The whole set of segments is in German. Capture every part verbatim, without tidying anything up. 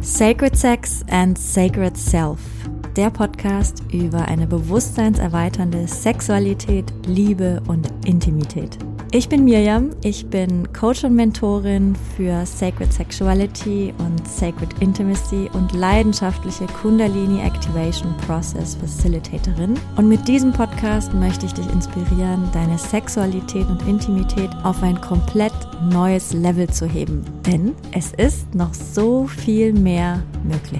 Sacred Sex and Sacred Self, der Podcast über eine bewusstseinserweiternde Sexualität, Liebe und Intimität. Ich bin Mirjam, ich bin Coach und Mentorin für Sacred Sexuality und Sacred Intimacy und leidenschaftliche Kundalini Activation Process Facilitatorin. Und mit diesem Podcast möchte ich dich inspirieren, deine Sexualität und Intimität auf ein komplett neues Level zu heben. Denn es ist noch so viel mehr möglich.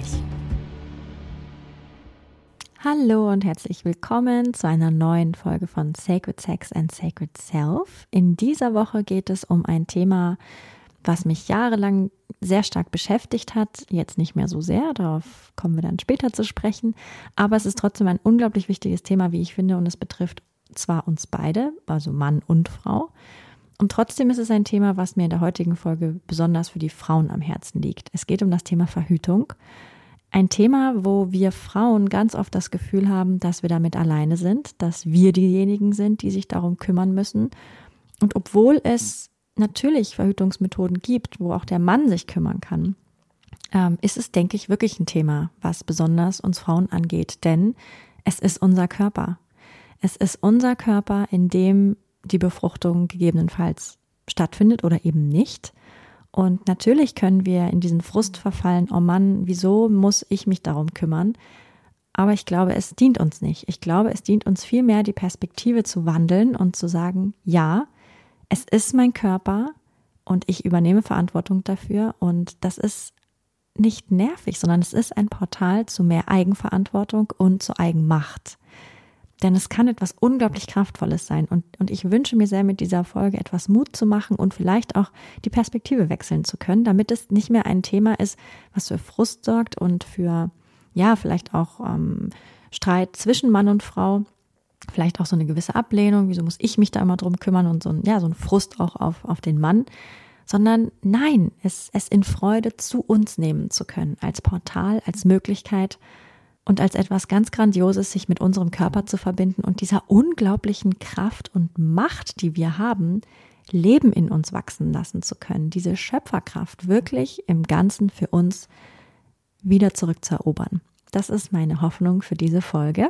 Hallo und herzlich willkommen zu einer neuen Folge von Sacred Sex and Sacred Self. In dieser Woche geht es um ein Thema, was mich jahrelang sehr stark beschäftigt hat, jetzt nicht mehr so sehr, darauf kommen wir dann später zu sprechen, aber es ist trotzdem ein unglaublich wichtiges Thema, wie ich finde, und es betrifft zwar uns beide, also Mann und Frau, und trotzdem ist es ein Thema, was mir in der heutigen Folge besonders für die Frauen am Herzen liegt. Es geht um das Thema Verhütung. Ein Thema, wo wir Frauen ganz oft das Gefühl haben, dass wir damit alleine sind, dass wir diejenigen sind, die sich darum kümmern müssen. Und obwohl es natürlich Verhütungsmethoden gibt, wo auch der Mann sich kümmern kann, ähm, ist es, denke ich, wirklich ein Thema, was besonders uns Frauen angeht. Denn es ist unser Körper. Es ist unser Körper, in dem die Befruchtung gegebenenfalls stattfindet oder eben nicht. Und natürlich können wir in diesen Frust verfallen, oh Mann, wieso muss ich mich darum kümmern? Aber ich glaube, es dient uns nicht. Ich glaube, es dient uns vielmehr, die Perspektive zu wandeln und zu sagen, ja, es ist mein Körper und ich übernehme Verantwortung dafür. Und das ist nicht nervig, sondern es ist ein Portal zu mehr Eigenverantwortung und zu Eigenmacht. Denn es kann etwas unglaublich Kraftvolles sein. Und, und ich wünsche mir sehr, mit dieser Folge etwas Mut zu machen und vielleicht auch die Perspektive wechseln zu können, damit es nicht mehr ein Thema ist, was für Frust sorgt und für, ja, vielleicht auch ähm, Streit zwischen Mann und Frau, vielleicht auch so eine gewisse Ablehnung, wieso muss ich mich da immer drum kümmern und so ein, ja, so ein Frust auch auf, auf den Mann, sondern nein, es, es in Freude zu uns nehmen zu können, als Portal, als Möglichkeit, und als etwas ganz Grandioses, sich mit unserem Körper zu verbinden und dieser unglaublichen Kraft und Macht, die wir haben, Leben in uns wachsen lassen zu können. Diese Schöpferkraft wirklich im Ganzen für uns wieder zurückzuerobern. Das ist meine Hoffnung für diese Folge.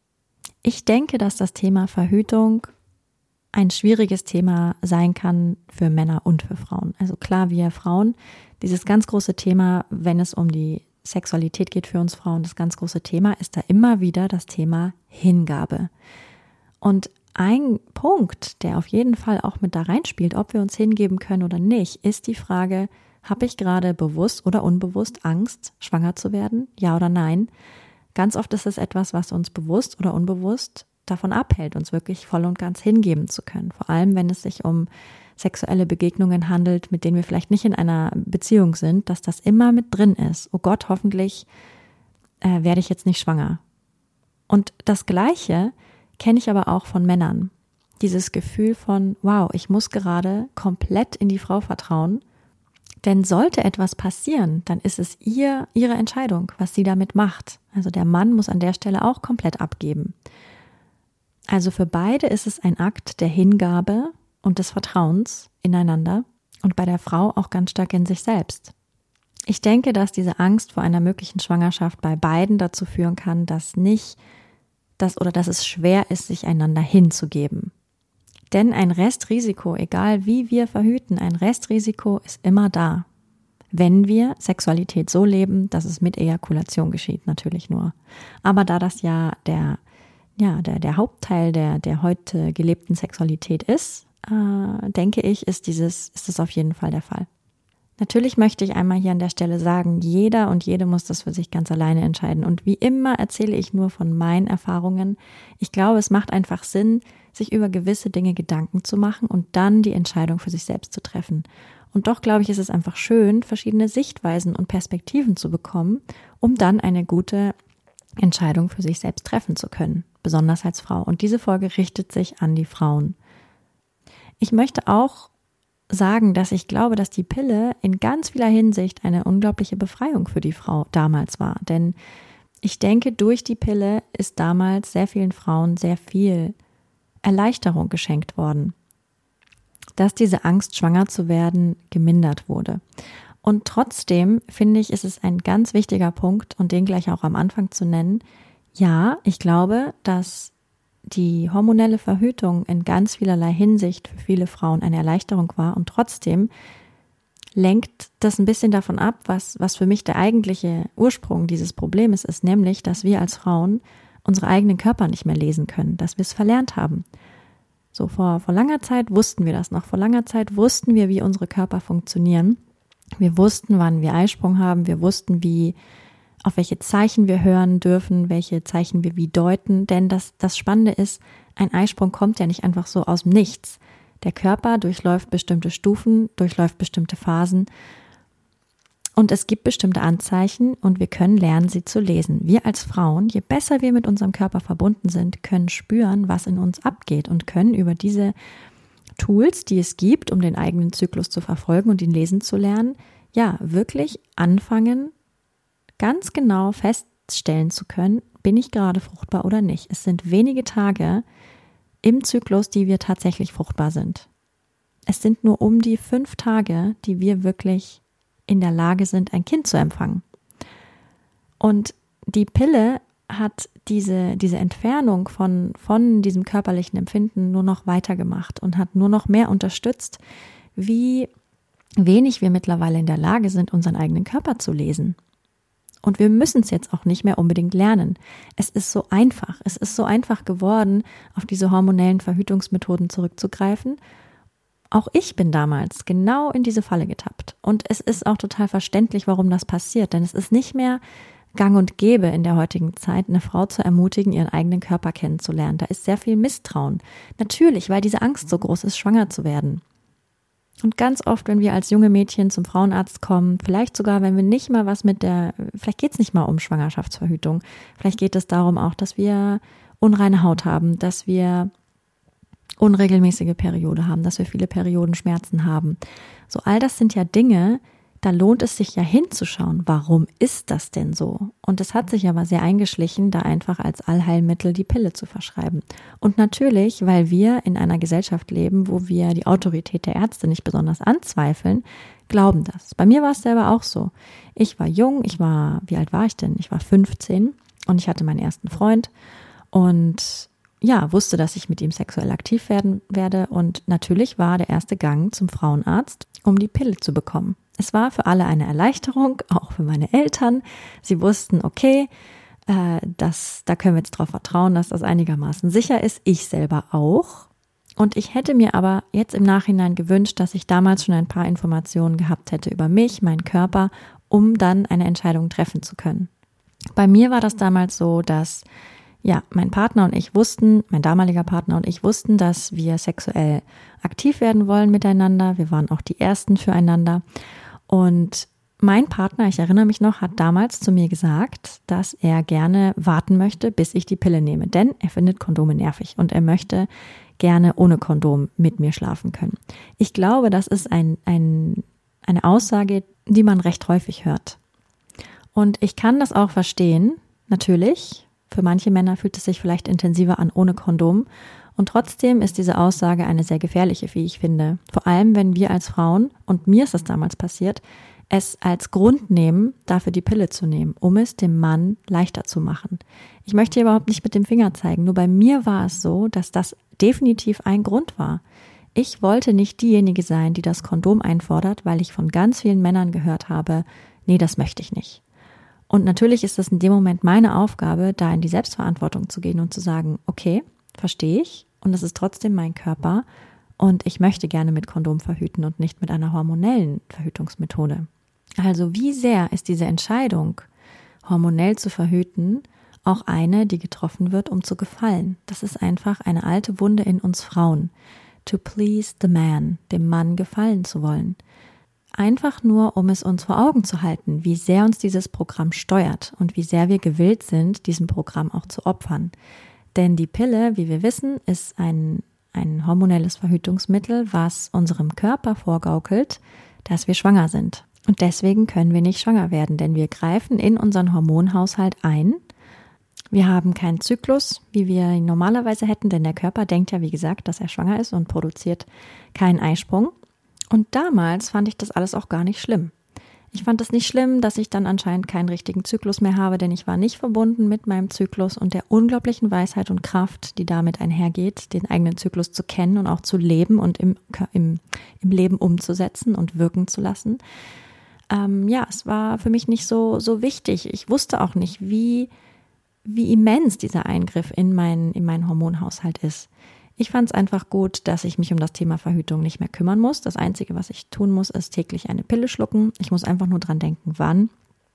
Ich denke, dass das Thema Verhütung ein schwieriges Thema sein kann für Männer und für Frauen. Also klar, wir Frauen, dieses ganz große Thema, wenn es um die Sexualität geht für uns Frauen, das ganz große Thema ist da immer wieder das Thema Hingabe. Und ein Punkt, der auf jeden Fall auch mit da reinspielt, ob wir uns hingeben können oder nicht, ist die Frage, habe ich gerade bewusst oder unbewusst Angst, schwanger zu werden? Ja oder nein? Ganz oft ist es etwas, was uns bewusst oder unbewusst davon abhält, uns wirklich voll und ganz hingeben zu können. Vor allem, wenn es sich um sexuelle Begegnungen handelt, mit denen wir vielleicht nicht in einer Beziehung sind, dass das immer mit drin ist. Oh Gott, hoffentlich äh, werde ich jetzt nicht schwanger. Und das Gleiche kenne ich aber auch von Männern. Dieses Gefühl von, wow, ich muss gerade komplett in die Frau vertrauen, denn sollte etwas passieren, dann ist es ihr, ihre Entscheidung, was sie damit macht. Also der Mann muss an der Stelle auch komplett abgeben. Also für beide ist es ein Akt der Hingabe und des Vertrauens ineinander und bei der Frau auch ganz stark in sich selbst. Ich denke, dass diese Angst vor einer möglichen Schwangerschaft bei beiden dazu führen kann, dass nicht, dass oder dass es schwer ist, sich einander hinzugeben. Denn ein Restrisiko, egal wie wir verhüten, ein Restrisiko ist immer da. Wenn wir Sexualität so leben, dass es mit Ejakulation geschieht, natürlich nur. Aber da das ja der, ja, der, der Hauptteil der, der heute gelebten Sexualität ist, Äh, denke ich, ist dieses, ist das auf jeden Fall der Fall. Natürlich möchte ich einmal hier an der Stelle sagen, jeder und jede muss das für sich ganz alleine entscheiden. Und wie immer erzähle ich nur von meinen Erfahrungen. Ich glaube, es macht einfach Sinn, sich über gewisse Dinge Gedanken zu machen und dann die Entscheidung für sich selbst zu treffen. Und doch, glaube ich, ist es einfach schön, verschiedene Sichtweisen und Perspektiven zu bekommen, um dann eine gute Entscheidung für sich selbst treffen zu können, besonders als Frau. Und diese Folge richtet sich an die Frauen. Ich möchte auch sagen, dass ich glaube, dass die Pille in ganz vieler Hinsicht eine unglaubliche Befreiung für die Frau damals war. Denn ich denke, durch die Pille ist damals sehr vielen Frauen sehr viel Erleichterung geschenkt worden, dass diese Angst, schwanger zu werden, gemindert wurde. Und trotzdem finde ich, ist es ein ganz wichtiger Punkt und den gleich auch am Anfang zu nennen. Ja, ich glaube, dass die hormonelle Verhütung in ganz vielerlei Hinsicht für viele Frauen eine Erleichterung war und trotzdem lenkt das ein bisschen davon ab, was, was für mich der eigentliche Ursprung dieses Problems ist, nämlich, dass wir als Frauen unsere eigenen Körper nicht mehr lesen können, dass wir es verlernt haben. So vor, vor langer Zeit wussten wir das noch, vor langer Zeit wussten wir, wie unsere Körper funktionieren. Wir wussten, wann wir Eisprung haben, wir wussten, wie, auf welche Zeichen wir hören dürfen, welche Zeichen wir wie deuten, denn das, das Spannende ist, ein Eisprung kommt ja nicht einfach so aus dem Nichts. Der Körper durchläuft bestimmte Stufen, durchläuft bestimmte Phasen und es gibt bestimmte Anzeichen und wir können lernen, sie zu lesen. Wir als Frauen, je besser wir mit unserem Körper verbunden sind, können spüren, was in uns abgeht und können über diese Tools, die es gibt, um den eigenen Zyklus zu verfolgen und ihn lesen zu lernen, ja, wirklich anfangen, ganz genau feststellen zu können, bin ich gerade fruchtbar oder nicht. Es sind wenige Tage im Zyklus, die wir tatsächlich fruchtbar sind. Es sind nur um die fünf Tage, die wir wirklich in der Lage sind, ein Kind zu empfangen. Und die Pille hat diese, diese Entfernung von, von diesem körperlichen Empfinden nur noch weitergemacht und hat nur noch mehr unterstützt, wie wenig wir mittlerweile in der Lage sind, unseren eigenen Körper zu lesen. Und wir müssen es jetzt auch nicht mehr unbedingt lernen. Es ist so einfach. Es ist so einfach geworden, auf diese hormonellen Verhütungsmethoden zurückzugreifen. Auch ich bin damals genau in diese Falle getappt. Und es ist auch total verständlich, warum das passiert. Denn es ist nicht mehr gang und gäbe in der heutigen Zeit, eine Frau zu ermutigen, ihren eigenen Körper kennenzulernen. Da ist sehr viel Misstrauen. Natürlich, weil diese Angst so groß ist, schwanger zu werden. Und ganz oft, wenn wir als junge Mädchen zum Frauenarzt kommen, vielleicht sogar, wenn wir nicht mal was mit der, vielleicht geht es nicht mal um Schwangerschaftsverhütung, vielleicht geht es darum auch, dass wir unreine Haut haben, dass wir unregelmäßige Periode haben, dass wir viele Periodenschmerzen haben. So, all das sind ja Dinge, da lohnt es sich ja hinzuschauen, warum ist das denn so? Und es hat sich aber sehr eingeschlichen, da einfach als Allheilmittel die Pille zu verschreiben. Und natürlich, weil wir in einer Gesellschaft leben, wo wir die Autorität der Ärzte nicht besonders anzweifeln, glauben das. Bei mir war es selber auch so. Ich war jung, ich war, wie alt war ich denn? Ich war fünfzehn und ich hatte meinen ersten Freund und ja, wusste, dass ich mit ihm sexuell aktiv werden werde und natürlich war der erste Gang zum Frauenarzt, um die Pille zu bekommen. Es war für alle eine Erleichterung, auch für meine Eltern. Sie wussten, okay, äh, das, da können wir jetzt darauf vertrauen, dass das einigermaßen sicher ist. Ich selber auch. Und ich hätte mir aber jetzt im Nachhinein gewünscht, dass ich damals schon ein paar Informationen gehabt hätte über mich, meinen Körper, um dann eine Entscheidung treffen zu können. Bei mir war das damals so, dass ja, mein Partner und ich wussten, mein damaliger Partner und ich wussten, dass wir sexuell aktiv werden wollen miteinander. Wir waren auch die Ersten füreinander. Und mein Partner, ich erinnere mich noch, hat damals zu mir gesagt, dass er gerne warten möchte, bis ich die Pille nehme. Denn er findet Kondome nervig und er möchte gerne ohne Kondom mit mir schlafen können. Ich glaube, das ist ein, ein, eine Aussage, die man recht häufig hört. Und ich kann das auch verstehen, natürlich. Für manche Männer fühlt es sich vielleicht intensiver an ohne Kondom. Und trotzdem ist diese Aussage eine sehr gefährliche, wie ich finde. Vor allem, wenn wir als Frauen, und mir ist das damals passiert, es als Grund nehmen, dafür die Pille zu nehmen, um es dem Mann leichter zu machen. Ich möchte hier überhaupt nicht mit dem Finger zeigen. Nur bei mir war es so, dass das definitiv ein Grund war. Ich wollte nicht diejenige sein, die das Kondom einfordert, weil ich von ganz vielen Männern gehört habe, nee, das möchte ich nicht. Und natürlich ist es in dem Moment meine Aufgabe, da in die Selbstverantwortung zu gehen und zu sagen, okay, verstehe ich und es ist trotzdem mein Körper und ich möchte gerne mit Kondom verhüten und nicht mit einer hormonellen Verhütungsmethode. Also wie sehr ist diese Entscheidung, hormonell zu verhüten, auch eine, die getroffen wird, um zu gefallen? Das ist einfach eine alte Wunde in uns Frauen. To please the man, dem Mann gefallen zu wollen. Einfach nur, um es uns vor Augen zu halten, wie sehr uns dieses Programm steuert und wie sehr wir gewillt sind, diesem Programm auch zu opfern. Denn die Pille, wie wir wissen, ist ein, ein hormonelles Verhütungsmittel, was unserem Körper vorgaukelt, dass wir schwanger sind. Und deswegen können wir nicht schwanger werden, denn wir greifen in unseren Hormonhaushalt ein. Wir haben keinen Zyklus, wie wir ihn normalerweise hätten, denn der Körper denkt ja, wie gesagt, dass er schwanger ist und produziert keinen Eisprung. Und damals fand ich das alles auch gar nicht schlimm. Ich fand es nicht schlimm, dass ich dann anscheinend keinen richtigen Zyklus mehr habe, denn ich war nicht verbunden mit meinem Zyklus und der unglaublichen Weisheit und Kraft, die damit einhergeht, den eigenen Zyklus zu kennen und auch zu leben und im, im, im Leben umzusetzen und wirken zu lassen. Ähm, ja, es war für mich nicht so, so wichtig. Ich wusste auch nicht, wie, wie immens dieser Eingriff in mein, in meinen Hormonhaushalt ist. Ich fand es einfach gut, dass ich mich um das Thema Verhütung nicht mehr kümmern muss. Das Einzige, was ich tun muss, ist täglich eine Pille schlucken. Ich muss einfach nur dran denken, wann.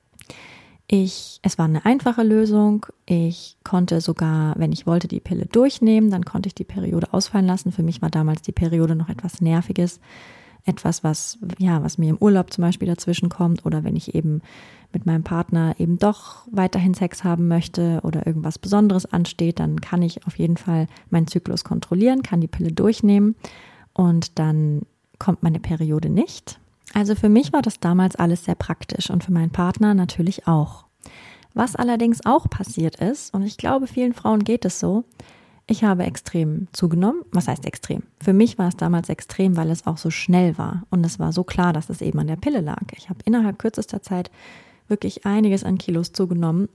Ich, es war eine einfache Lösung. Ich konnte sogar, wenn ich wollte, die Pille durchnehmen. Dann konnte ich die Periode ausfallen lassen. Für mich war damals die Periode noch etwas Nerviges. Etwas, was, ja, was mir im Urlaub zum Beispiel dazwischen kommt oder wenn ich eben mit meinem Partner eben doch weiterhin Sex haben möchte oder irgendwas Besonderes ansteht, dann kann ich auf jeden Fall meinen Zyklus kontrollieren, kann die Pille durchnehmen und dann kommt meine Periode nicht. Also für mich war das damals alles sehr praktisch und für meinen Partner natürlich auch. Was allerdings auch passiert ist, und ich glaube, vielen Frauen geht es so, ich habe extrem zugenommen. Was heißt extrem? Für mich war es damals extrem, weil es auch so schnell war. Und es war so klar, dass es eben an der Pille lag. Ich habe innerhalb kürzester Zeit wirklich einiges an Kilos zugenommen.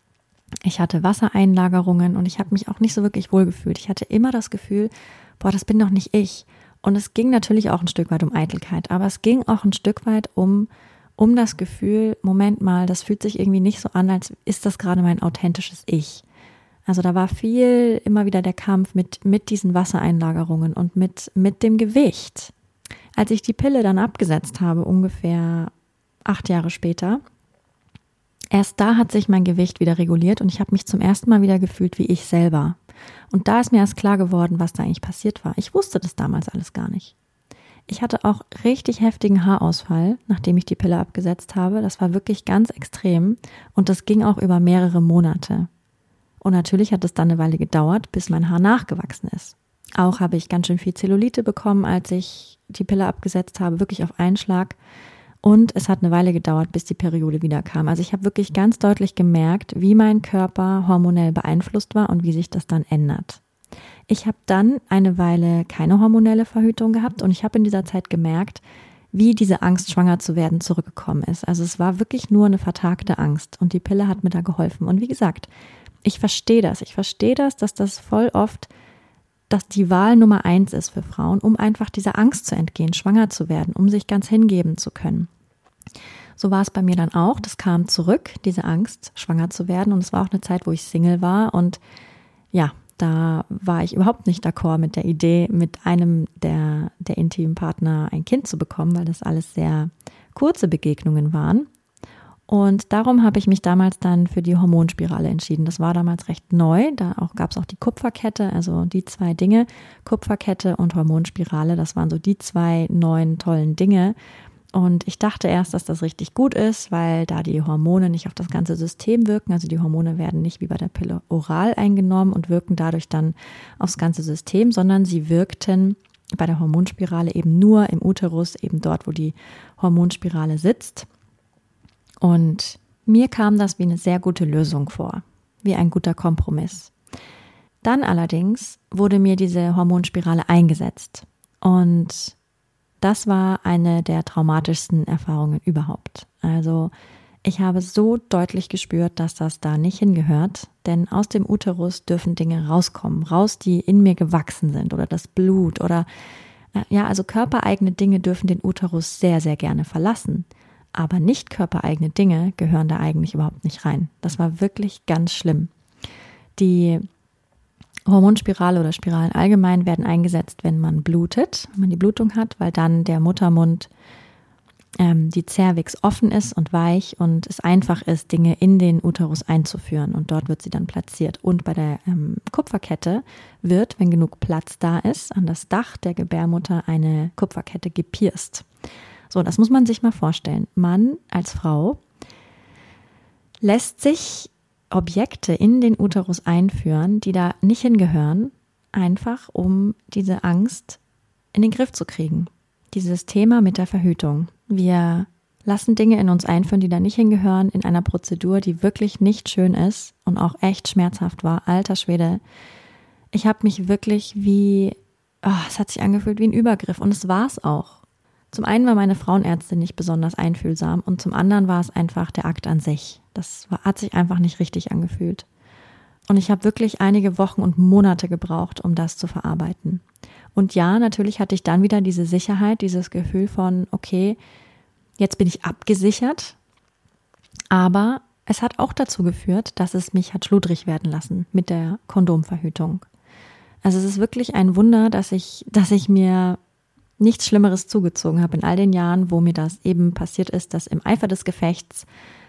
Ich hatte Wassereinlagerungen und ich habe mich auch nicht so wirklich wohlgefühlt. Ich hatte immer das Gefühl, boah, das bin doch nicht ich. Und es ging natürlich auch ein Stück weit um Eitelkeit. Aber es ging auch ein Stück weit um, um das Gefühl, Moment mal, das fühlt sich irgendwie nicht so an, als ist das gerade mein authentisches Ich. Also da war viel immer wieder der Kampf mit, mit diesen Wassereinlagerungen und mit, mit dem Gewicht. Als ich die Pille dann abgesetzt habe, ungefähr acht Jahre später, erst da hat sich mein Gewicht wieder reguliert und ich habe mich zum ersten Mal wieder gefühlt wie ich selber. Und da ist mir erst klar geworden, was da eigentlich passiert war. Ich wusste das damals alles gar nicht. Ich hatte auch richtig heftigen Haarausfall, nachdem ich die Pille abgesetzt habe. Das war wirklich ganz extrem und das ging auch über mehrere Monate. Und natürlich hat es dann eine Weile gedauert, bis mein Haar nachgewachsen ist. Auch habe ich ganz schön viel Zellulite bekommen, als ich die Pille abgesetzt habe, wirklich auf einen Schlag. Und es hat eine Weile gedauert, bis die Periode wieder kam. Also ich habe wirklich ganz deutlich gemerkt, wie mein Körper hormonell beeinflusst war und wie sich das dann ändert. Ich habe dann eine Weile keine hormonelle Verhütung gehabt und ich habe in dieser Zeit gemerkt, wie diese Angst, schwanger zu werden, zurückgekommen ist. Also es war wirklich nur eine vertagte Angst und die Pille hat mir da geholfen. Und wie gesagt, ich verstehe das. Ich verstehe das, dass das voll oft dass die Wahl Nummer eins ist für Frauen, um einfach dieser Angst zu entgehen, schwanger zu werden, um sich ganz hingeben zu können. So war es bei mir dann auch. Das kam zurück, diese Angst, schwanger zu werden. Und es war auch eine Zeit, wo ich Single war. Und ja, da war ich überhaupt nicht d'accord mit der Idee, mit einem der, der intimen Partner ein Kind zu bekommen, weil das alles sehr kurze Begegnungen waren. Und darum habe ich mich damals dann für die Hormonspirale entschieden. Das war damals recht neu. Da auch gab es auch die Kupferkette, also die zwei Dinge, Kupferkette und Hormonspirale. Das waren so die zwei neuen tollen Dinge. Und ich dachte erst, dass das richtig gut ist, weil da die Hormone nicht auf das ganze System wirken. Also die Hormone werden nicht wie bei der Pille oral eingenommen und wirken dadurch dann aufs ganze System, sondern sie wirkten bei der Hormonspirale eben nur im Uterus, eben dort, wo die Hormonspirale sitzt. Und mir kam das wie eine sehr gute Lösung vor, wie ein guter Kompromiss. Dann allerdings wurde mir diese Hormonspirale eingesetzt und das war eine der traumatischsten Erfahrungen überhaupt. Also ich habe so deutlich gespürt, dass das da nicht hingehört, denn aus dem Uterus dürfen Dinge rauskommen, raus, die in mir gewachsen sind oder das Blut oder ja, also körpereigene Dinge dürfen den Uterus sehr, sehr gerne verlassen. Aber nicht körpereigene Dinge gehören da eigentlich überhaupt nicht rein. Das war wirklich ganz schlimm. Die Hormonspirale oder Spiralen allgemein werden eingesetzt, wenn man blutet, wenn man die Blutung hat, weil dann der Muttermund, ähm, die Cervix offen ist und weich und es einfach ist, Dinge in den Uterus einzuführen und dort wird sie dann platziert. Und bei der ähm, Kupferkette wird, wenn genug Platz da ist, an das Dach der Gebärmutter eine Kupferkette gepierst. So, das muss man sich mal vorstellen. Man als Frau lässt sich Objekte in den Uterus einführen, die da nicht hingehören, einfach um diese Angst in den Griff zu kriegen. Dieses Thema mit der Verhütung. Wir lassen Dinge in uns einführen, die da nicht hingehören, in einer Prozedur, die wirklich nicht schön ist und auch echt schmerzhaft war. Alter Schwede, ich habe mich wirklich wie, oh, es hat sich angefühlt wie ein Übergriff und es war es auch. Zum einen war meine Frauenärztin nicht besonders einfühlsam und zum anderen war es einfach der Akt an sich. Das war, hat sich einfach nicht richtig angefühlt. Und ich habe wirklich einige Wochen und Monate gebraucht, um das zu verarbeiten. Und ja, natürlich hatte ich dann wieder diese Sicherheit, dieses Gefühl von, okay, jetzt bin ich abgesichert, aber es hat auch dazu geführt, dass es mich hat schludrig werden lassen mit der Kondomverhütung. Also es ist wirklich ein Wunder, dass ich, dass ich mir nichts Schlimmeres zugezogen habe in all den Jahren, wo mir das eben passiert ist, dass im Eifer des Gefechts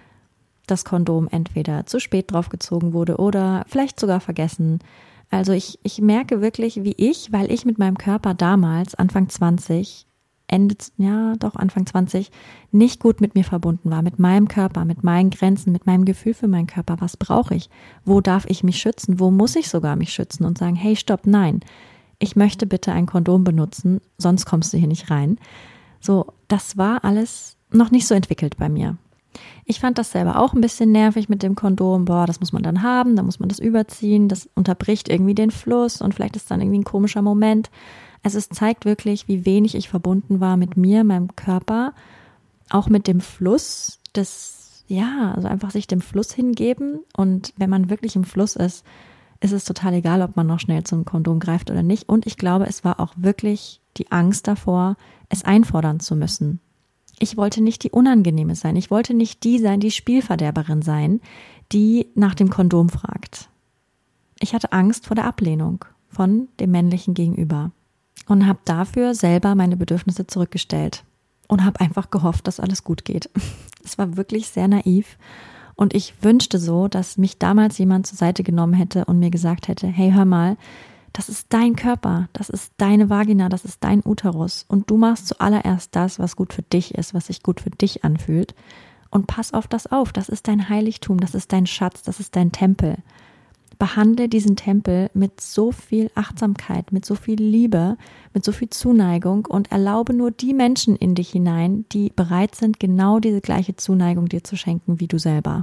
das Kondom entweder zu spät draufgezogen wurde oder vielleicht sogar vergessen. Also ich, ich merke wirklich, wie ich, weil ich mit meinem Körper damals, Anfang zwanzig, Ende, ja doch Anfang zwanzig, nicht gut mit mir verbunden war, mit meinem Körper, mit meinen Grenzen, mit meinem Gefühl für meinen Körper. Was brauche ich? Wo darf ich mich schützen? Wo muss ich sogar mich schützen und sagen, hey, stopp, nein, ich möchte bitte ein Kondom benutzen, sonst kommst du hier nicht rein. So, das war alles noch nicht so entwickelt bei mir. Ich fand das selber auch ein bisschen nervig mit dem Kondom. Boah, das muss man dann haben, dann muss man das überziehen, das unterbricht irgendwie den Fluss und vielleicht ist dann irgendwie ein komischer Moment. Also es zeigt wirklich, wie wenig ich verbunden war mit mir, meinem Körper, auch mit dem Fluss des, ja, also einfach sich dem Fluss hingeben. Und wenn man wirklich im Fluss ist, ist es total egal, ob man noch schnell zum Kondom greift oder nicht. Und ich glaube, es war auch wirklich die Angst davor, es einfordern zu müssen. Ich wollte nicht die Unangenehme sein. Ich wollte nicht die sein, die Spielverderberin sein, die nach dem Kondom fragt. Ich hatte Angst vor der Ablehnung von dem männlichen Gegenüber und habe dafür selber meine Bedürfnisse zurückgestellt und habe einfach gehofft, dass alles gut geht. Es war wirklich sehr naiv und ich wünschte so, dass mich damals jemand zur Seite genommen hätte und mir gesagt hätte, hey, hör mal, das ist dein Körper, das ist deine Vagina, das ist dein Uterus und du machst zuallererst das, was gut für dich ist, was sich gut für dich anfühlt und pass auf das auf, das ist dein Heiligtum, das ist dein Schatz, das ist dein Tempel. Behandle diesen Tempel mit so viel Achtsamkeit, mit so viel Liebe, mit so viel Zuneigung und erlaube nur die Menschen in dich hinein, die bereit sind, genau diese gleiche Zuneigung dir zu schenken wie du selber.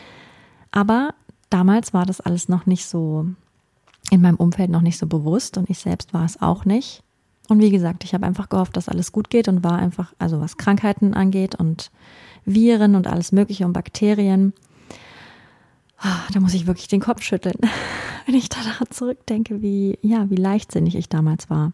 Aber damals war das alles noch nicht so, in meinem Umfeld noch nicht so bewusst und ich selbst war es auch nicht. Und wie gesagt, ich habe einfach gehofft, dass alles gut geht und war einfach, also was Krankheiten angeht und Viren und alles Mögliche und Bakterien, da muss ich wirklich den Kopf schütteln, wenn ich daran zurückdenke, wie, ja, wie leichtsinnig ich damals war.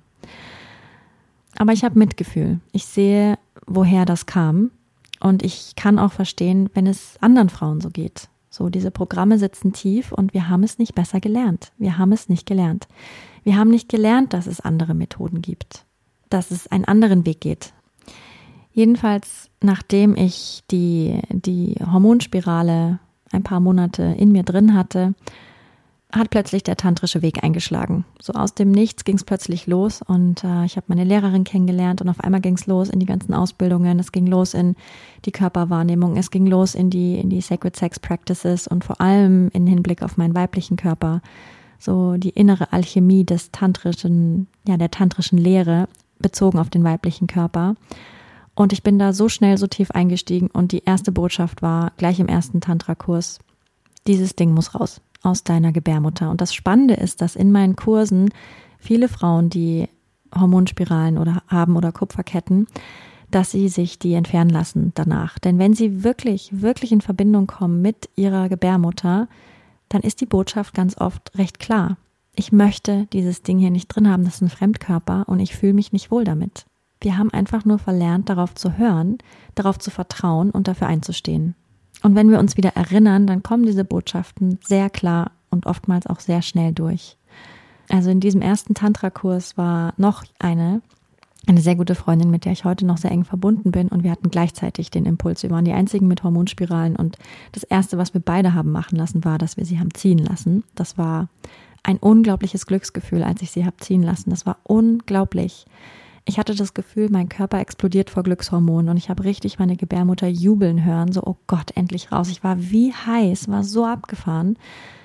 Aber ich habe Mitgefühl. Ich sehe, woher das kam und ich kann auch verstehen, wenn es anderen Frauen so geht. So, diese Programme sitzen tief und wir haben es nicht besser gelernt. Wir haben es nicht gelernt. Wir haben nicht gelernt, dass es andere Methoden gibt, dass es einen anderen Weg geht. Jedenfalls, nachdem ich die, die Hormonspirale ein paar Monate in mir drin hatte, hat plötzlich der tantrische Weg eingeschlagen. So aus dem Nichts ging es plötzlich los und äh, ich habe meine Lehrerin kennengelernt und auf einmal ging es los in die ganzen Ausbildungen, es ging los in die Körperwahrnehmung, es ging los in die in die Sacred Sex Practices und vor allem in Hinblick auf meinen weiblichen Körper, so die innere Alchemie des tantrischen, ja der tantrischen Lehre bezogen auf den weiblichen Körper. Und ich bin da so schnell, so tief eingestiegen und die erste Botschaft war gleich im ersten Tantra-Kurs, dieses Ding muss raus aus deiner Gebärmutter. Und das Spannende ist, dass in meinen Kursen viele Frauen, die Hormonspiralen oder haben oder Kupferketten, dass sie sich die entfernen lassen danach. Denn wenn sie wirklich, wirklich in Verbindung kommen mit ihrer Gebärmutter, dann ist die Botschaft ganz oft recht klar. Ich möchte dieses Ding hier nicht drin haben, das ist ein Fremdkörper und ich fühle mich nicht wohl damit. Wir haben einfach nur verlernt, darauf zu hören, darauf zu vertrauen und dafür einzustehen. Und wenn wir uns wieder erinnern, dann kommen diese Botschaften sehr klar und oftmals auch sehr schnell durch. Also in diesem ersten Tantra-Kurs war noch eine, eine sehr gute Freundin, mit der ich heute noch sehr eng verbunden bin und wir hatten gleichzeitig den Impuls. Wir waren die einzigen mit Hormonspiralen und das Erste, was wir beide haben machen lassen, war, dass wir sie haben ziehen lassen. Das war ein unglaubliches Glücksgefühl, als ich sie habe ziehen lassen. Das war unglaublich. Ich hatte das Gefühl, mein Körper explodiert vor Glückshormonen und ich habe richtig meine Gebärmutter jubeln hören, so, oh Gott, endlich raus. Ich war wie heiß, war so abgefahren.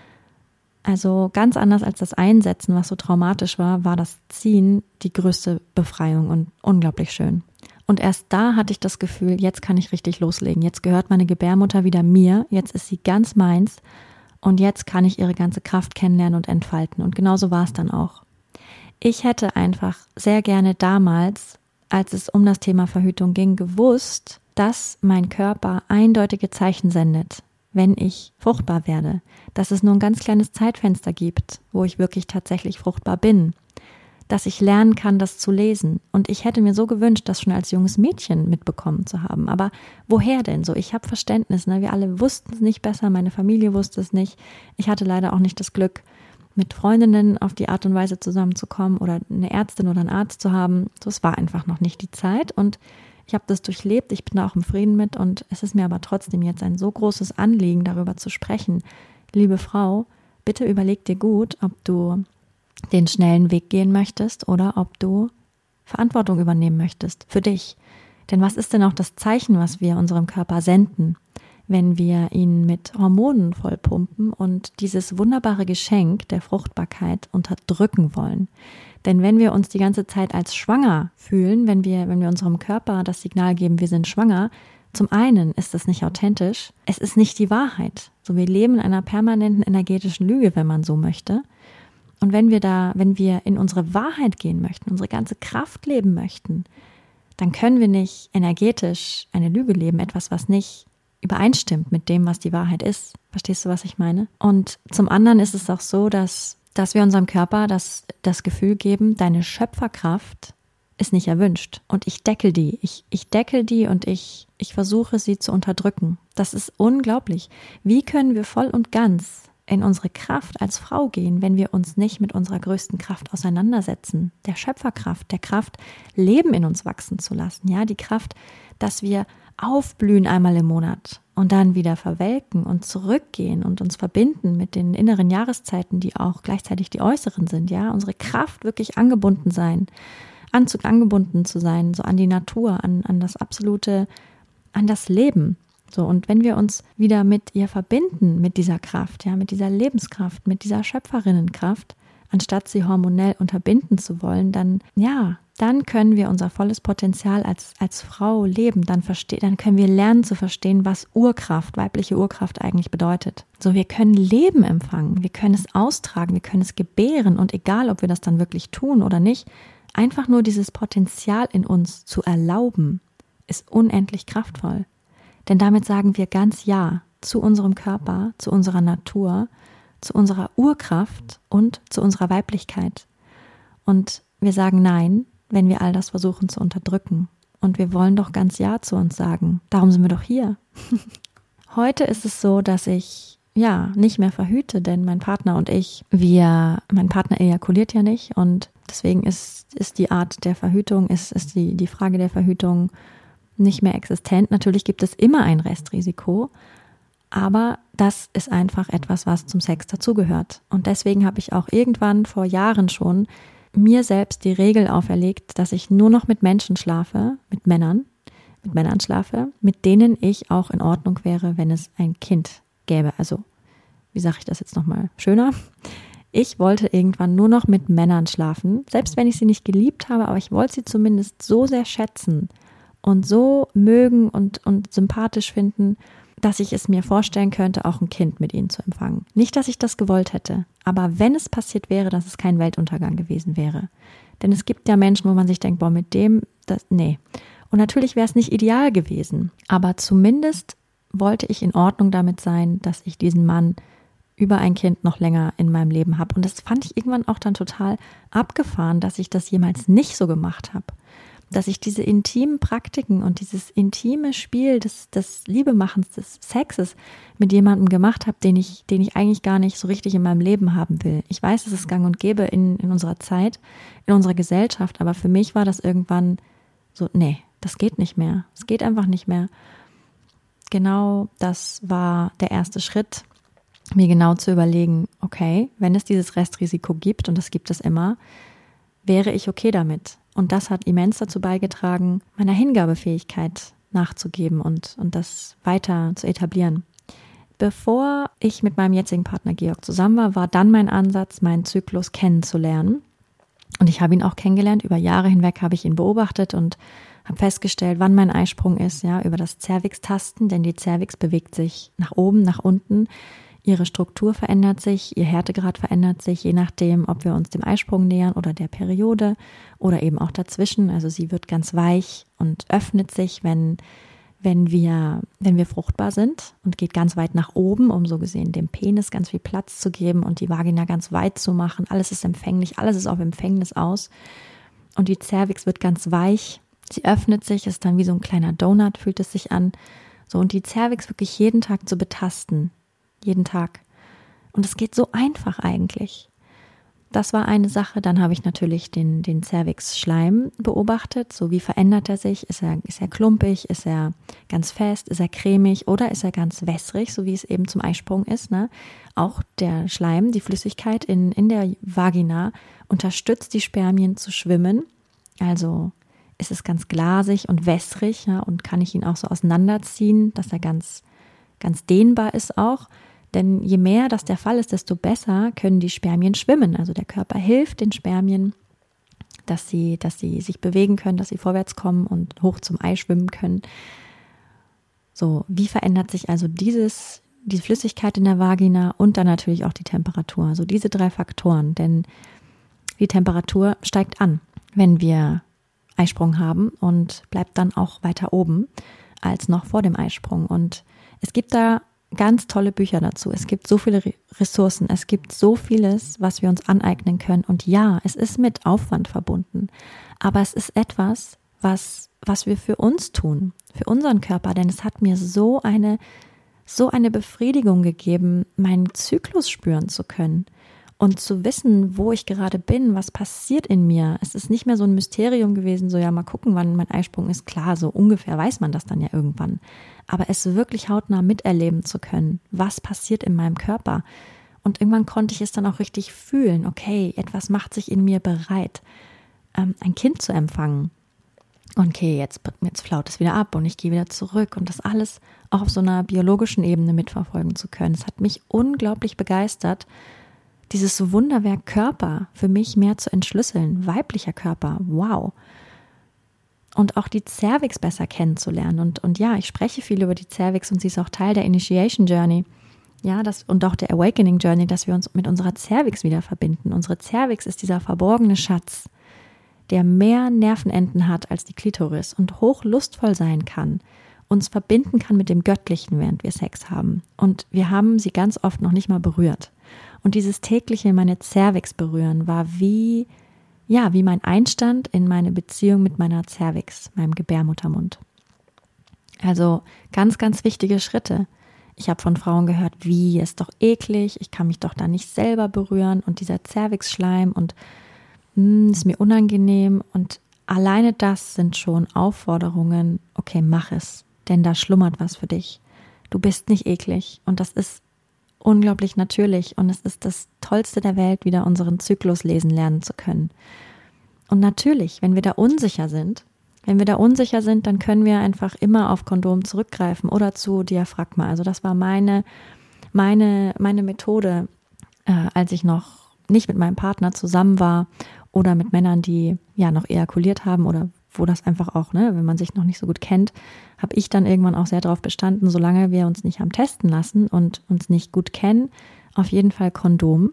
Also ganz anders als das Einsetzen, was so traumatisch war, war das Ziehen die größte Befreiung und unglaublich schön. Und erst da hatte ich das Gefühl, jetzt kann ich richtig loslegen. Jetzt gehört meine Gebärmutter wieder mir, jetzt ist sie ganz meins und jetzt kann ich ihre ganze Kraft kennenlernen und entfalten. Und genauso war es dann auch. Ich hätte einfach sehr gerne damals als es um das Thema Verhütung ging, gewusst, dass mein Körper eindeutige Zeichen sendet, wenn ich fruchtbar werde, dass es nur ein ganz kleines Zeitfenster gibt, wo ich wirklich tatsächlich fruchtbar bin, dass ich lernen kann, das zu lesen. Und ich hätte mir so gewünscht, das schon als junges Mädchen mitbekommen zu haben. Aber woher denn so? Ich habe Verständnis, ne? Wir alle wussten es nicht besser, meine Familie wusste es nicht. Ich hatte leider auch nicht das Glück, mit Freundinnen auf die Art und Weise zusammenzukommen oder eine Ärztin oder einen Arzt zu haben. So, es war einfach noch nicht die Zeit und ich habe das durchlebt, ich bin da auch im Frieden mit und es ist mir aber trotzdem jetzt ein so großes Anliegen, darüber zu sprechen. Liebe Frau, bitte überleg dir gut, ob du den schnellen Weg gehen möchtest oder ob du Verantwortung übernehmen möchtest für dich. Denn was ist denn auch das Zeichen, was wir unserem Körper senden, wenn wir ihn mit Hormonen vollpumpen und dieses wunderbare Geschenk der Fruchtbarkeit unterdrücken wollen? Denn wenn wir uns die ganze Zeit als schwanger fühlen, wenn wir, wenn wir unserem Körper das Signal geben, wir sind schwanger, zum einen ist das nicht authentisch, es ist nicht die Wahrheit. So, wir leben in einer permanenten energetischen Lüge, wenn man so möchte. Und wenn wir da, wenn wir in unsere Wahrheit gehen möchten, unsere ganze Kraft leben möchten, dann können wir nicht energetisch eine Lüge leben, etwas, was nicht übereinstimmt mit dem, was die Wahrheit ist. Verstehst du, was ich meine? Und zum anderen ist es auch so, dass dass wir unserem Körper das, das Gefühl geben, deine Schöpferkraft ist nicht erwünscht. Und ich deckel die. Ich, ich deckel die und ich, ich versuche sie zu unterdrücken. Das ist unglaublich. Wie können wir voll und ganz in unsere Kraft als Frau gehen, wenn wir uns nicht mit unserer größten Kraft auseinandersetzen? Der Schöpferkraft, der Kraft, Leben in uns wachsen zu lassen. Ja, die Kraft, dass wir aufblühen einmal im Monat und dann wieder verwelken und zurückgehen und uns verbinden mit den inneren Jahreszeiten, die auch gleichzeitig die äußeren sind, ja, unsere Kraft wirklich angebunden sein, Anzug angebunden zu sein, so an die Natur, an, an das absolute, an das Leben. So, und wenn wir uns wieder mit ihr verbinden, mit dieser Kraft, ja, mit dieser Lebenskraft, mit dieser Schöpferinnenkraft, anstatt sie hormonell unterbinden zu wollen, dann, ja, dann können wir unser volles Potenzial als, als Frau leben, dann verstehen, dann können wir lernen zu verstehen, was Urkraft, weibliche Urkraft eigentlich bedeutet. So, wir können Leben empfangen, wir können es austragen, wir können es gebären und egal, ob wir das dann wirklich tun oder nicht, einfach nur dieses Potenzial in uns zu erlauben, ist unendlich kraftvoll. Denn damit sagen wir ganz Ja zu unserem Körper, zu unserer Natur, zu unserer Urkraft und zu unserer Weiblichkeit. Und wir sagen Nein, wenn wir all das versuchen zu unterdrücken. Und wir wollen doch ganz Ja zu uns sagen. Darum sind wir doch hier. Heute ist es so, dass ich ja nicht mehr verhüte, denn mein Partner und ich, wir, mein Partner ejakuliert ja nicht und deswegen ist, ist die Art der Verhütung, ist, ist die, die Frage der Verhütung nicht mehr existent. Natürlich gibt es immer ein Restrisiko, aber das ist einfach etwas, was zum Sex dazugehört. Und deswegen habe ich auch irgendwann vor Jahren schon mir selbst die Regel auferlegt, dass ich nur noch mit Menschen schlafe, mit Männern, mit Männern schlafe, mit denen ich auch in Ordnung wäre, wenn es ein Kind gäbe. Also, wie sage ich das jetzt nochmal schöner? Ich wollte irgendwann nur noch mit Männern schlafen, selbst wenn ich sie nicht geliebt habe, aber ich wollte sie zumindest so sehr schätzen und so mögen und, und sympathisch finden, dass ich es mir vorstellen könnte, auch ein Kind mit ihnen zu empfangen. Nicht, dass ich das gewollt hätte, aber wenn es passiert wäre, dass es kein Weltuntergang gewesen wäre. Denn es gibt ja Menschen, wo man sich denkt, boah, mit dem, das, nee. Und natürlich wäre es nicht ideal gewesen, aber zumindest wollte ich in Ordnung damit sein, dass ich diesen Mann über ein Kind noch länger in meinem Leben habe. Und das fand ich irgendwann auch dann total abgefahren, dass ich das jemals nicht so gemacht habe. Dass ich diese intimen Praktiken und dieses intime Spiel des, des Liebemachens, des Sexes mit jemandem gemacht habe, den ich, den ich eigentlich gar nicht so richtig in meinem Leben haben will. Ich weiß, es ist gang und gäbe in, in unserer Zeit, in unserer Gesellschaft, aber für mich war das irgendwann so, nee, das geht nicht mehr. Es geht einfach nicht mehr. Genau das war der erste Schritt, mir genau zu überlegen, okay, wenn es dieses Restrisiko gibt, und das gibt es immer, wäre ich okay damit. Und das hat immens dazu beigetragen, meiner Hingabefähigkeit nachzugeben und, und das weiter zu etablieren. Bevor ich mit meinem jetzigen Partner Georg zusammen war, war dann mein Ansatz, meinen Zyklus kennenzulernen. Und ich habe ihn auch kennengelernt. Über Jahre hinweg habe ich ihn beobachtet und habe festgestellt, wann mein Eisprung ist, ja, über das Cervix-Tasten, denn die Cervix bewegt sich nach oben, nach unten. Ihre Struktur verändert sich, ihr Härtegrad verändert sich, je nachdem, ob wir uns dem Eisprung nähern oder der Periode oder eben auch dazwischen. Also sie wird ganz weich und öffnet sich, wenn, wenn, wir, wenn wir fruchtbar sind und geht ganz weit nach oben, um so gesehen dem Penis ganz viel Platz zu geben und die Vagina ganz weit zu machen. Alles ist empfänglich, alles ist auf Empfängnis aus. Und die Cervix wird ganz weich, sie öffnet sich, ist dann wie so ein kleiner Donut, fühlt es sich an. So, und die Cervix wirklich jeden Tag zu betasten. Jeden Tag. Und es geht so einfach eigentlich. Das war eine Sache. Dann habe ich natürlich den, den Cervix-Schleim beobachtet. So, wie verändert er sich? Ist er, ist er klumpig? Ist er ganz fest? Ist er cremig? Oder ist er ganz wässrig, so wie es eben zum Eisprung ist? Ne? Auch der Schleim, die Flüssigkeit in, in der Vagina unterstützt die Spermien zu schwimmen. Also ist es ganz glasig und wässrig, ja, und kann ich ihn auch so auseinanderziehen, dass er ganz, ganz dehnbar ist auch. Denn je mehr das der Fall ist, desto besser können die Spermien schwimmen. Also der Körper hilft den Spermien, dass sie, dass sie sich bewegen können, dass sie vorwärts kommen und hoch zum Ei schwimmen können. So, wie verändert sich also dieses, die Flüssigkeit in der Vagina und dann natürlich auch die Temperatur? Also diese drei Faktoren, denn die Temperatur steigt an, wenn wir Eisprung haben und bleibt dann auch weiter oben als noch vor dem Eisprung. Und es gibt da ganz tolle Bücher dazu. Es gibt so viele Ressourcen. Es gibt so vieles, was wir uns aneignen können. Und ja, es ist mit Aufwand verbunden. Aber es ist etwas, was, was wir für uns tun, für unseren Körper. Denn es hat mir so eine, so eine Befriedigung gegeben, meinen Zyklus spüren zu können. Und zu wissen, wo ich gerade bin, was passiert in mir. Es ist nicht mehr so ein Mysterium gewesen, so ja, mal gucken, wann mein Eisprung ist. Klar, so ungefähr weiß man das dann ja irgendwann. Aber es wirklich hautnah miterleben zu können, was passiert in meinem Körper. Und irgendwann konnte ich es dann auch richtig fühlen. Okay, etwas macht sich in mir bereit, ähm, ein Kind zu empfangen. Okay, jetzt, jetzt flaut es wieder ab und ich gehe wieder zurück. Und das alles auch auf so einer biologischen Ebene mitverfolgen zu können. Es hat mich unglaublich begeistert, dieses Wunderwerk Körper für mich mehr zu entschlüsseln. Weiblicher Körper, wow. Und auch die Cervix besser kennenzulernen. Und, und ja, ich spreche viel über die Cervix und sie ist auch Teil der Initiation Journey. Ja, das, und auch der Awakening Journey, dass wir uns mit unserer Cervix wieder verbinden. Unsere Cervix ist dieser verborgene Schatz, der mehr Nervenenden hat als die Klitoris und hochlustvoll sein kann, uns verbinden kann mit dem Göttlichen, während wir Sex haben. Und wir haben sie ganz oft noch nicht mal berührt. Und dieses tägliche meine Cervix berühren war wie, ja, wie mein Einstand in meine Beziehung mit meiner Cervix, meinem Gebärmuttermund. Also ganz, ganz wichtige Schritte. Ich habe von Frauen gehört, wie, ist doch eklig, ich kann mich doch da nicht selber berühren und dieser Cervix-Schleim und mh, ist mir unangenehm. Und alleine das sind schon Aufforderungen, okay, mach es, denn da schlummert was für dich. Du bist nicht eklig und das ist unglaublich natürlich und es ist das Tollste der Welt, wieder unseren Zyklus lesen lernen zu können. Und natürlich, wenn wir da unsicher sind, wenn wir da unsicher sind, dann können wir einfach immer auf Kondom zurückgreifen oder zu Diaphragma. Also das war meine, meine, meine Methode, äh, als ich noch nicht mit meinem Partner zusammen war oder mit Männern, die ja noch ejakuliert haben oder wo das einfach auch, ne, wenn man sich noch nicht so gut kennt, habe ich dann irgendwann auch sehr darauf bestanden, solange wir uns nicht haben testen lassen und uns nicht gut kennen, auf jeden Fall Kondom.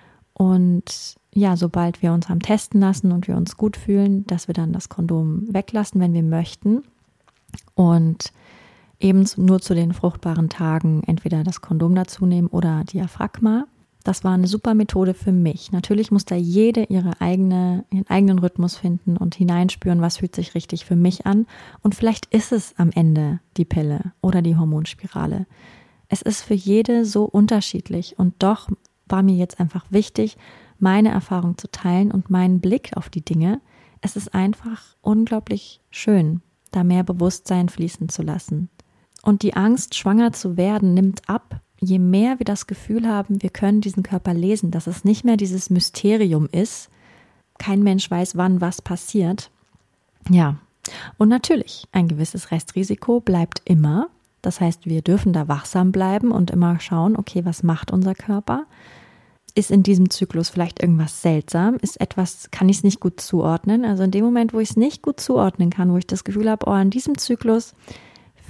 Und ja, sobald wir uns haben testen lassen und wir uns gut fühlen, dass wir dann das Kondom weglassen, wenn wir möchten. Und eben nur zu den fruchtbaren Tagen entweder das Kondom dazu nehmen oder Diaphragma. Das war eine super Methode für mich. Natürlich muss da jede ihre eigene, ihren eigenen Rhythmus finden und hineinspüren, was fühlt sich richtig für mich an. Und vielleicht ist es am Ende die Pille oder die Hormonspirale. Es ist für jede so unterschiedlich und doch war mir jetzt einfach wichtig, meine Erfahrung zu teilen und meinen Blick auf die Dinge. Es ist einfach unglaublich schön, da mehr Bewusstsein fließen zu lassen. Und die Angst, schwanger zu werden, nimmt ab, je mehr wir das Gefühl haben, wir können diesen Körper lesen, dass es nicht mehr dieses Mysterium ist. Kein Mensch weiß, wann was passiert. Ja, und natürlich, ein gewisses Restrisiko bleibt immer. Das heißt, wir dürfen da wachsam bleiben und immer schauen, okay, was macht unser Körper? Ist in diesem Zyklus vielleicht irgendwas seltsam? Ist etwas, kann ich es nicht gut zuordnen? Also in dem Moment, wo ich es nicht gut zuordnen kann, wo ich das Gefühl habe, oh, in diesem Zyklus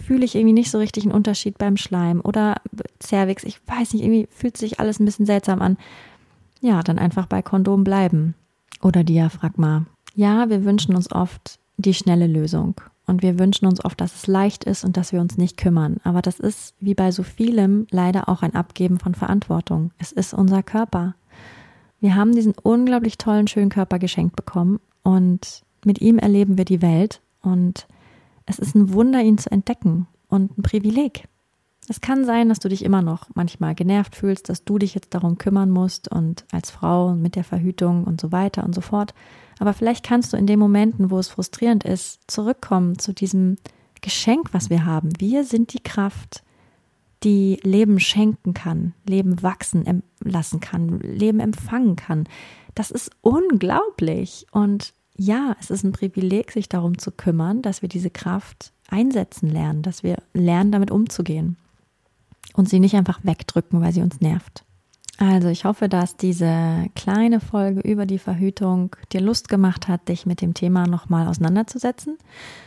fühle ich irgendwie nicht so richtig einen Unterschied beim Schleim oder Cervix, ich weiß nicht, irgendwie fühlt sich alles ein bisschen seltsam an. Ja, dann einfach bei Kondom bleiben oder Diaphragma. Ja, wir wünschen uns oft die schnelle Lösung und wir wünschen uns oft, dass es leicht ist und dass wir uns nicht kümmern. Aber das ist wie bei so vielem leider auch ein Abgeben von Verantwortung. Es ist unser Körper. Wir haben diesen unglaublich tollen, schönen Körper geschenkt bekommen und mit ihm erleben wir die Welt und es ist ein Wunder, ihn zu entdecken und ein Privileg. Es kann sein, dass du dich immer noch manchmal genervt fühlst, dass du dich jetzt darum kümmern musst und als Frau mit der Verhütung und so weiter und so fort. Aber vielleicht kannst du in den Momenten, wo es frustrierend ist, zurückkommen zu diesem Geschenk, was wir haben. Wir sind die Kraft, die Leben schenken kann, Leben wachsen lassen kann, Leben empfangen kann. Das ist unglaublich. Und ja, es ist ein Privileg, sich darum zu kümmern, dass wir diese Kraft einsetzen lernen, dass wir lernen, damit umzugehen und sie nicht einfach wegdrücken, weil sie uns nervt. Also ich hoffe, dass diese kleine Folge über die Verhütung dir Lust gemacht hat, dich mit dem Thema nochmal auseinanderzusetzen.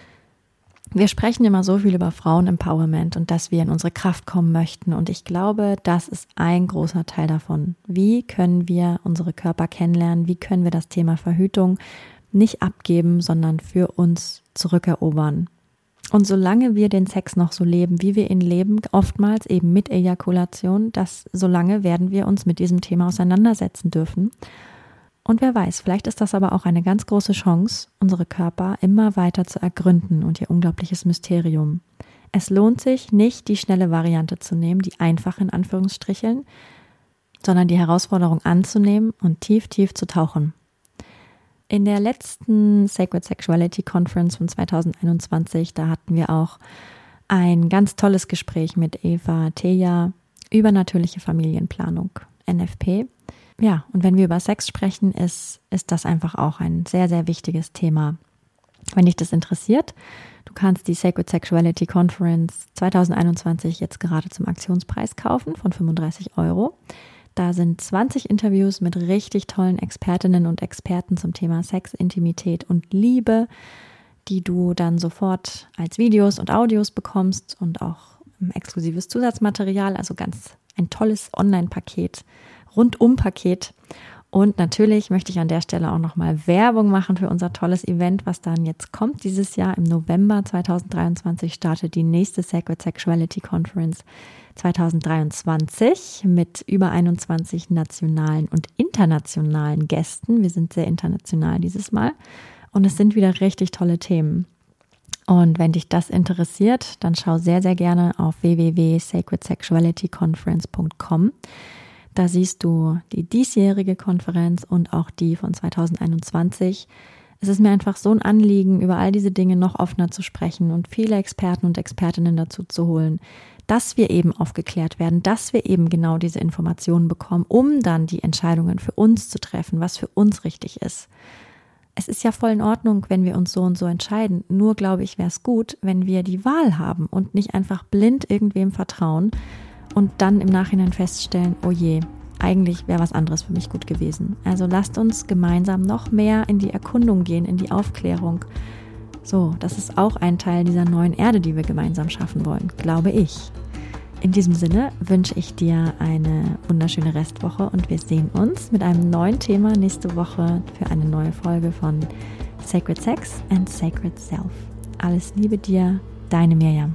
Wir sprechen immer so viel über Frauen-Empowerment und dass wir in unsere Kraft kommen möchten. Und ich glaube, das ist ein großer Teil davon. Wie können wir unsere Körper kennenlernen? Wie können wir das Thema Verhütung nicht abgeben, sondern für uns zurückerobern? Und solange wir den Sex noch so leben, wie wir ihn leben, oftmals eben mit Ejakulation, das, solange werden wir uns mit diesem Thema auseinandersetzen dürfen. Und wer weiß, vielleicht ist das aber auch eine ganz große Chance, unsere Körper immer weiter zu ergründen und ihr unglaubliches Mysterium. Es lohnt sich nicht, die schnelle Variante zu nehmen, die einfach in Anführungsstricheln, sondern die Herausforderung anzunehmen und tief, tief zu tauchen. In der letzten Sacred Sexuality Conference von zwanzig einundzwanzig, da hatten wir auch ein ganz tolles Gespräch mit Eva Teja über natürliche Familienplanung, N F P. Ja, und wenn wir über Sex sprechen, ist, ist das einfach auch ein sehr, sehr wichtiges Thema. Wenn dich das interessiert, du kannst die Sacred Sexuality Conference zwanzig einundzwanzig jetzt gerade zum Aktionspreis kaufen von fünfunddreißig Euro. Da sind zwanzig Interviews mit richtig tollen Expertinnen und Experten zum Thema Sex, Intimität und Liebe, die du dann sofort als Videos und Audios bekommst und auch exklusives Zusatzmaterial, also ganz ein tolles Online-Paket, Rundum-Paket. Und natürlich möchte ich an der Stelle auch nochmal Werbung machen für unser tolles Event, was dann jetzt kommt. Dieses Jahr im November zwanzig dreiundzwanzig startet die nächste Sacred Sexuality Conference zwanzig dreiundzwanzig mit über einundzwanzig nationalen und internationalen Gästen. Wir sind sehr international dieses Mal und es sind wieder richtig tolle Themen. Und wenn dich das interessiert, dann schau sehr, sehr gerne auf w w w punkt sacred sexuality conference punkt com. Da siehst du die diesjährige Konferenz und auch die von zwanzig einundzwanzig. Es ist mir einfach so ein Anliegen, über all diese Dinge noch offener zu sprechen und viele Experten und Expertinnen dazu zu holen, dass wir eben aufgeklärt werden, dass wir eben genau diese Informationen bekommen, um dann die Entscheidungen für uns zu treffen, was für uns richtig ist. Es ist ja voll in Ordnung, wenn wir uns so und so entscheiden. Nur, glaube ich, wäre es gut, wenn wir die Wahl haben und nicht einfach blind irgendwem vertrauen und dann im Nachhinein feststellen, oh je, eigentlich wäre was anderes für mich gut gewesen. Also lasst uns gemeinsam noch mehr in die Erkundung gehen, in die Aufklärung. So, das ist auch ein Teil dieser neuen Erde, die wir gemeinsam schaffen wollen, glaube ich. In diesem Sinne wünsche ich dir eine wunderschöne Restwoche und wir sehen uns mit einem neuen Thema nächste Woche für eine neue Folge von Sacred Sex and Sacred Self. Alles Liebe dir, deine Mirjam.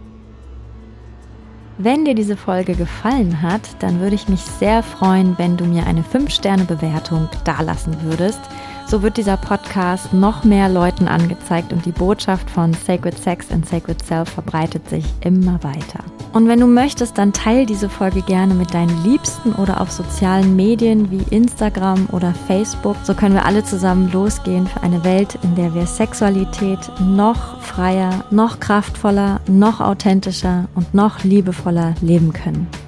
Wenn dir diese Folge gefallen hat, dann würde ich mich sehr freuen, wenn du mir eine fünf Sterne Bewertung dalassen würdest. So wird dieser Podcast noch mehr Leuten angezeigt und die Botschaft von Sacred Sex and Sacred Self verbreitet sich immer weiter. Und wenn du möchtest, dann teile diese Folge gerne mit deinen Liebsten oder auf sozialen Medien wie Instagram oder Facebook. So können wir alle zusammen losgehen für eine Welt, in der wir Sexualität noch freier, noch kraftvoller, noch authentischer und noch liebevoller leben können.